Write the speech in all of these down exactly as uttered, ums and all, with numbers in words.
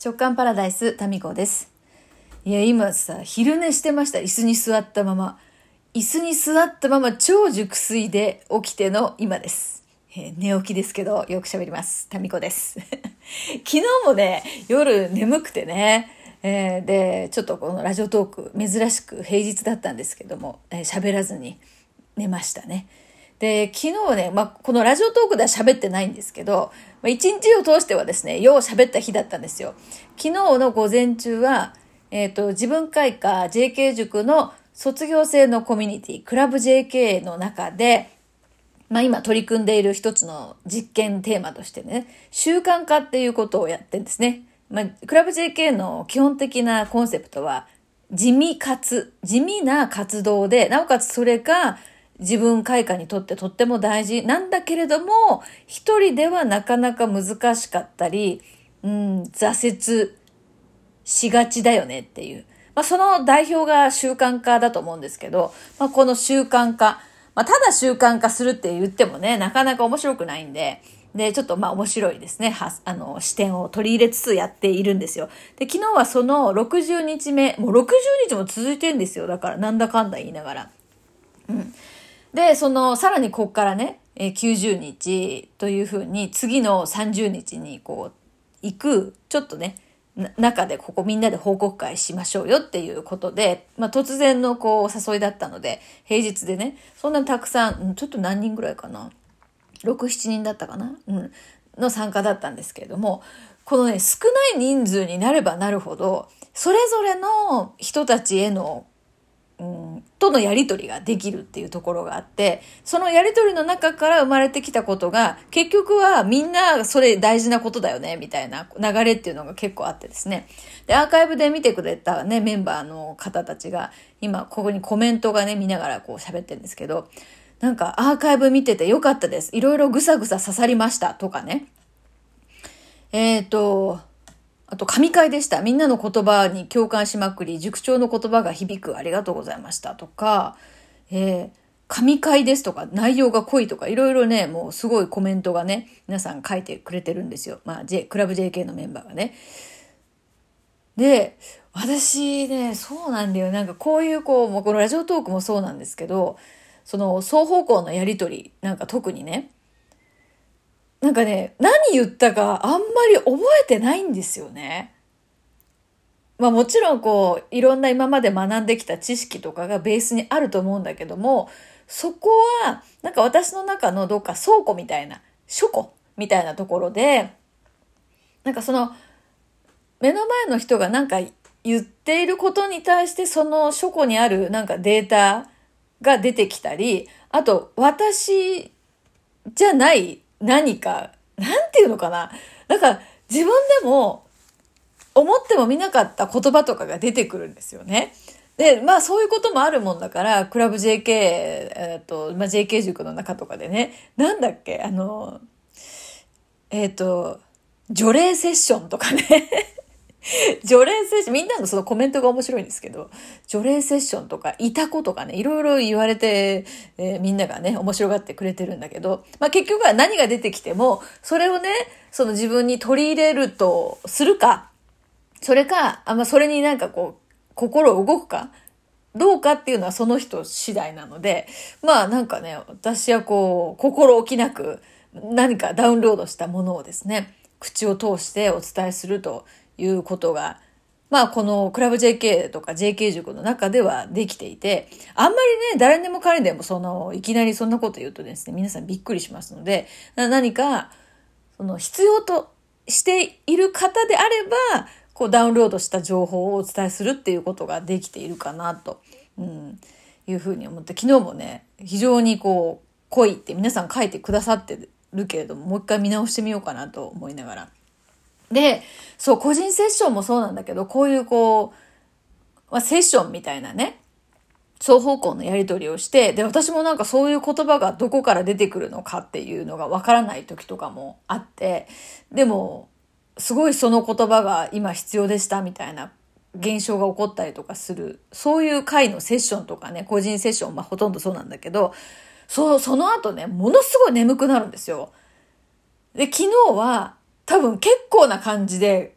直感パラダイスタミコです。いや今さ昼寝してました。椅子に座ったまま椅子に座ったまま超熟睡で起きての今です。えー、寝起きですけどよく喋ります。タミコです昨日もね夜眠くてね、えー、でちょっとこのラジオトーク珍しく平日だったんですけども喋、えー、らずに寝ましたね。で、昨日ね、まあ、このラジオトークでは喋ってないんですけど、まあ、一日を通してはですね、よう喋った日だったんですよ。昨日の午前中は、えっと、自分会科 ジェーケー 塾の卒業生のコミュニティ、クラブ ジェーケー の中で、まあ、今取り組んでいる一つの実験テーマとしてね、習慣化っていうことをやってるんですね。まあ、クラブ ジェーケー の基本的なコンセプトは、地味かつ、地味な活動で、なおかつそれが、自分開花にとってとっても大事なんだけれども、一人ではなかなか難しかったり、うん、挫折しがちだよねっていう。まあ、その代表が習慣化だと思うんですけど、まあ、この習慣化、まあ、ただ習慣化するって言ってもね、なかなか面白くないんで、で、ちょっとまあ面白いですね。は、あの、視点を取り入れつつやっているんですよ。で、昨日はそのろくじゅうにちめ、もうろくじゅうにちも続いてるんですよ。だからなんだかんだ言いながら。うん。で、その、さらにこっからね、きゅうじゅうにちというふうに、次のさんじゅうにちにこう、行く、ちょっとね、中でここみんなで報告会しましょうよっていうことで、まあ突然のこう、お誘いだったので、平日でね、そんなにたくさん、ちょっと何人ぐらいかな、ろく、しちにんだったかな、うん、の参加だったんですけれども、このね、少ない人数になればなるほど、それぞれの人たちへのうん、とのやりとりができるっていうところがあって、そのやりとりの中から生まれてきたことが、結局はみんなそれ大事なことだよね、みたいな流れっていうのが結構あってですね。で、アーカイブで見てくれたね、メンバーの方たちが、今ここにコメントがね、見ながらこう喋ってるんですけど、なんかアーカイブ見ててよかったです。いろいろぐさぐさ刺さりましたとかね。えっと、あと、神回でした。みんなの言葉に共感しまくり、塾長の言葉が響く。ありがとうございました。とか、えー、神回ですとか、内容が濃いとか、いろいろね、もうすごいコメントがね、皆さん書いてくれてるんですよ。まあ、J、クラブ ジェーケー のメンバーがね。で、私ね、そうなんだよ。なんかこういう、こう、もうこのラジオトークもそうなんですけど、その双方向のやりとり、なんか特にね、なんかね、何言ったかあんまり覚えてないんですよね。まあもちろんこう、いろんな今まで学んできた知識とかがベースにあると思うんだけども、そこは、なんか私の中のどっか倉庫みたいな、書庫みたいなところで、なんかその、目の前の人がなんか言っていることに対してその書庫にあるなんかデータが出てきたり、あと私じゃない何か、なんていうのかな。なんか自分でも思っても見なかった言葉とかが出てくるんですよね。で、まあそういうこともあるもんだから、クラブ ジェーケー、えっと、まあ ジェーケー 塾の中とかでね、なんだっけ、あの、えっと、除霊セッションとかね。除霊セッション、みんなのそのコメントが面白いんですけど、除霊セッションとか、いたことかね、いろいろ言われて、えー、みんながね、面白がってくれてるんだけど、まあ結局は何が出てきても、それをね、その自分に取り入れるとするか、それか、あまあそれになんかこう、心動くか、どうかっていうのはその人次第なので、まあなんかね、私はこう、心置きなく何かダウンロードしたものをですね、口を通してお伝えするということが、まあこのクラブ ジェーケー とか ジェーケー 塾の中ではできていて、あんまりね、誰でも彼でもその、いきなりそんなこと言うとですね、皆さんびっくりしますので、何か、その必要としている方であれば、こうダウンロードした情報をお伝えするっていうことができているかなと、うん、いうふうに思って、昨日もね、非常にこう、濃いって皆さん書いてくださってるけれども、もう一回見直してみようかなと思いながら。で、そう、個人セッションもそうなんだけど、こういうこう、まあ、セッションみたいなね、双方向のやり取りをして、で、私もなんかそういう言葉がどこから出てくるのかっていうのがわからない時とかもあって、でも、すごいその言葉が今必要でしたみたいな現象が起こったりとかする、そういう回のセッションとかね、個人セッション、まあほとんどそうなんだけど、そう、その後ね、ものすごい眠くなるんですよ。で、昨日は多分結構な感じで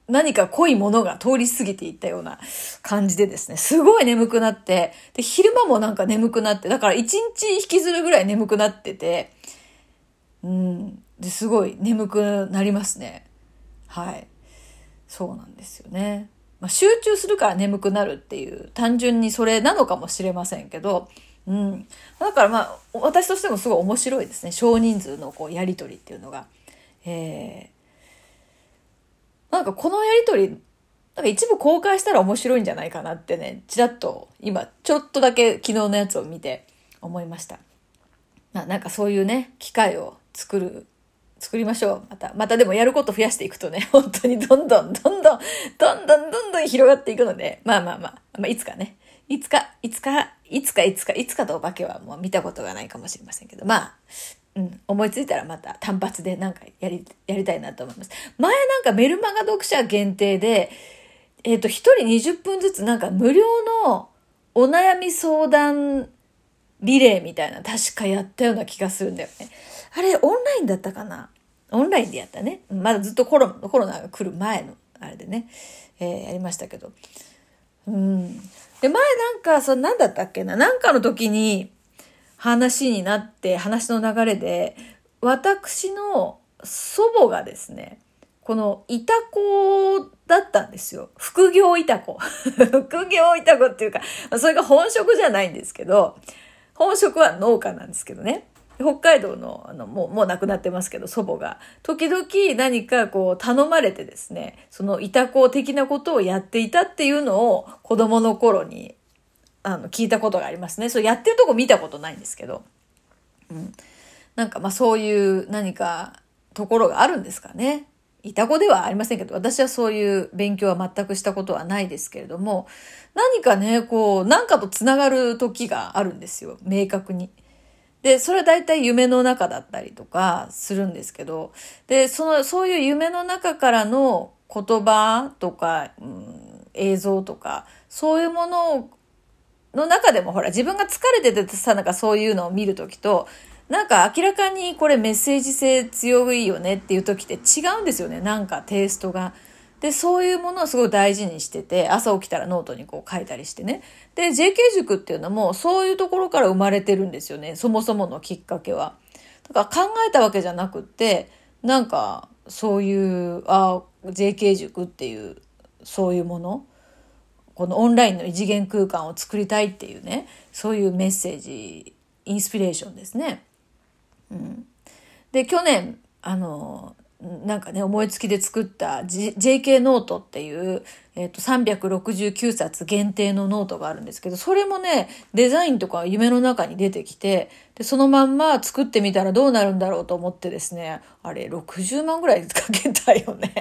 何か濃いものが通り過ぎていったような感じでですね、すごい眠くなって、で、昼間もなんか眠くなって、だから一日引きずるぐらい眠くなってて、うん、で、すごい眠くなりますね。はい。そうなんですよね。まあ、集中するから眠くなるっていう、単純にそれなのかもしれませんけど、うん。だからまあ、私としてもすごい面白いですね。少人数のこうやりとりっていうのが。えーなんかこのやりとり、なんか一部公開したら面白いんじゃないかなってね、ちらっと今ちょっとだけ昨日のやつを見て思いました。まあなんかそういうね、機会を作る、作りましょう。また、またでもやること増やしていくとね、本当にどんどんどんどん、どんどんどんどん広がっていくので、まあまあまあ、まあいつかね、いつか、いつか、いつか、いつか、いつかとお化けはもう見たことがないかもしれませんけど、まあ、うん、思いついたらまた単発でなんかやり、やりたいなと思います。前なんかメルマガ読者限定で、えっと、一人にじゅっぷんずつなんか無料のお悩み相談リレーみたいな確かやったような気がするんだよね。あれ、オンラインだったかな？オンラインでやったね。まだずっとコロ、コロナが来る前のあれでね、えー、やりましたけど。うん。で、前なんか、その何だったっけな？なんかの時に、話になって話の流れで私の祖母がですねこのイタコだったんですよ。副業イタコ副業イタコっていうかそれが本職じゃないんですけど本職は農家なんですけどね北海道のあのもうもう亡くなってますけど祖母が時々何かこう頼まれてですねそのイタコ的なことをやっていたっていうのを子供の頃にあの聞いたことがありますね。そうやってるとこ見たことないんですけど、うん、なんかまあそういう何かところがあるんですかね。いた子ではありませんけど、私はそういう勉強は全くしたことはないですけれども、何かね、こう、何かとつながる時があるんですよ、明確に。で、それは大体夢の中だったりとかするんですけど、で、その、そういう夢の中からの言葉とか、うん、映像とか、そういうものをの中でもほら自分が疲れててさなんかそういうのを見るときとなんか明らかにこれメッセージ性強いよねっていう時って違うんですよね。なんかテイストが。で、そういうものをすごい大事にしてて朝起きたらノートにこう書いたりしてね。で、ジェーケー 塾っていうのもそういうところから生まれてるんですよね。そもそものきっかけは。だから考えたわけじゃなくってなんかそういうあ ジェーケー 塾っていうそういうものこのオンラインの異次元空間を作りたいっていうねそういうメッセージインスピレーションですね。うん、で去年あのなんかね思いつきで作った、J、ジェーケー ノートっていう、えーと、さんびゃくろくじゅうきゅうさつ限定のノートがあるんですけどそれもねデザインとか夢の中に出てきてでそのまんま作ってみたらどうなるんだろうと思ってですねあれろくじゅうまんぐらいかけたよね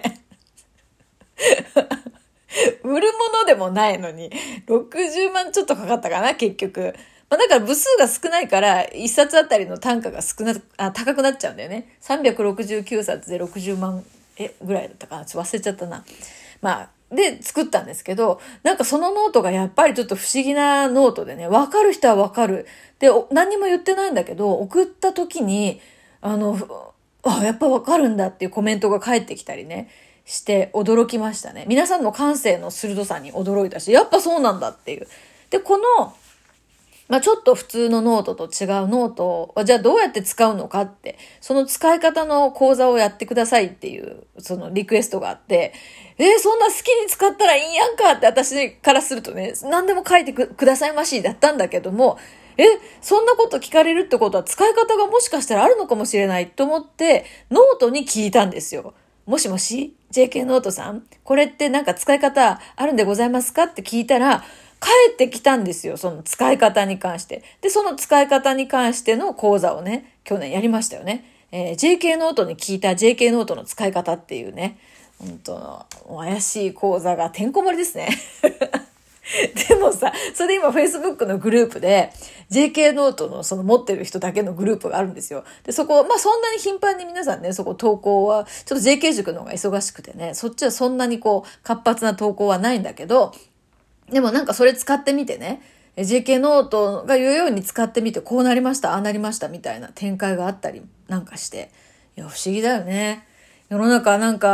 売るものでもないのに、ろくじゅうまんちょっとかかったかな、結局。まあ、だから部数が少ないから、いっさつあたりの単価が少な、あ、高くなっちゃうんだよね。さんびゃくろくじゅうきゅうさつでろくじゅうまん、え、ぐらいだったかな。ちょっと忘れちゃったな。まあ、で、作ったんですけど、なんかそのノートがやっぱりちょっと不思議なノートでね、わかる人はわかる。で、何にも言ってないんだけど、送った時に、あの、あ、やっぱわかるんだっていうコメントが返ってきたりね。して驚きましたね。皆さんの感性の鋭さに驚いたし、やっぱそうなんだっていう。で、この、まあ、ちょっと普通のノートと違うノートを、じゃあどうやって使うのかって、その使い方の講座をやってくださいっていう、そのリクエストがあって、えー、そんな好きに使ったらいいやんかって私からするとね、何でも書いて く, くださいましだったんだけども、え、そんなこと聞かれるってことは使い方がもしかしたらあるのかもしれないと思って、ノートに聞いたんですよ。もしもし ジェーケー ノートさんこれってなんか使い方あるんでございますかって聞いたら返ってきたんですよ。その使い方に関して。で、その使い方に関しての講座をね、去年やりましたよね。えー、ジェーケー ノートに聞いた ジェーケー ノートの使い方っていうね、本当の怪しい講座がてんこ盛りですね。でもさ、それで今 Facebook のグループで ジェーケー ノートのその持ってる人だけのグループがあるんですよ。で、そこ、まあそんなに頻繁に皆さんね、そこ投稿は、ちょっと ジェーケー 塾の方が忙しくてね、そっちはそんなにこう活発な投稿はないんだけど、でもなんかそれ使ってみてね、ジェーケー ノートが言うように使ってみて、こうなりました、ああなりましたみたいな展開があったりなんかして、いや、不思議だよね。世の中なんか、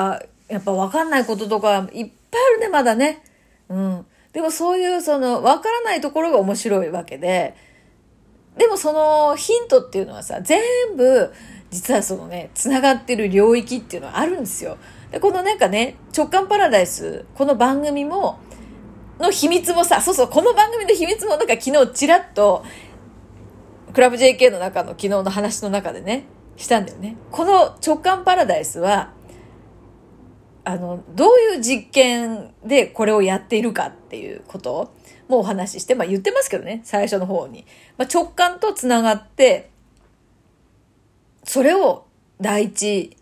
やっぱ分かんないこととかいっぱいあるね、まだね。うん。でもそういうその分からないところが面白いわけで、でもそのヒントっていうのはさ、全部実はそのね、つながってる領域っていうのはあるんですよ。で、このなんかね、直感パラダイス、この番組も、の秘密もさ、そうそう、この番組の秘密もなんか昨日ちらっと、クラブ ジェーケー の中の昨日の話の中でね、したんだよね。この直感パラダイスは、あの、どういう実験でこれをやっているかっていうこともお話しして、まあ言ってますけどね、最初の方に。まあ、直感とつながって、それを第一、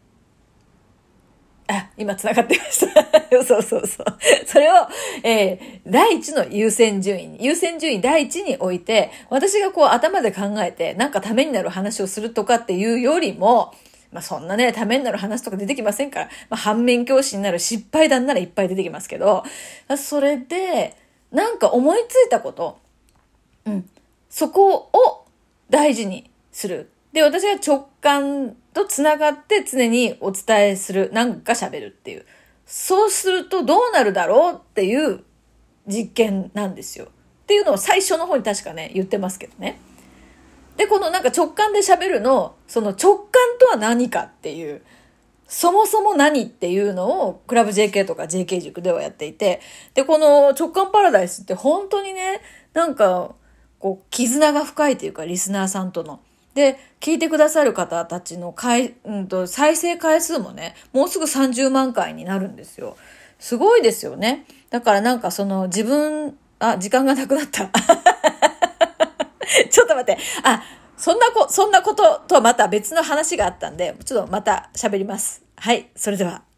あ、今つながってました。そうそうそう。それを、えー、第一の優先順位に、優先順位第一に置いて、私がこう頭で考えて、なんかためになる話をするとかっていうよりも、まあそんなね、ためになる話とか出てきませんから、まあ反面教師になる失敗談ならいっぱい出てきますけど、それで、なんか思いついたこと、うん、そこを大事にする。で、私が直感とつながって常にお伝えする、なんか喋るっていう。そうするとどうなるだろうっていう実験なんですよ。っていうのを最初の方に確かね、言ってますけどね。で、このなんか直感で喋るの、その直感とは何かっていう、そもそも何っていうのをクラブ ジェーケー とか ジェーケー 塾ではやっていて、で、この直感パラダイスって本当にね、なんか、こう、絆が深いというか、リスナーさんとの。で、聞いてくださる方たちの回、うんと、再生回数もね、もうすぐさんじゅうまんかいになるんですよ。すごいですよね。だからなんかその自分、あ、時間がなくなった。ちょっと待って。あ、そんなこ、そんなこととはまた別の話があったんで、ちょっとまた喋ります。はい、それでは。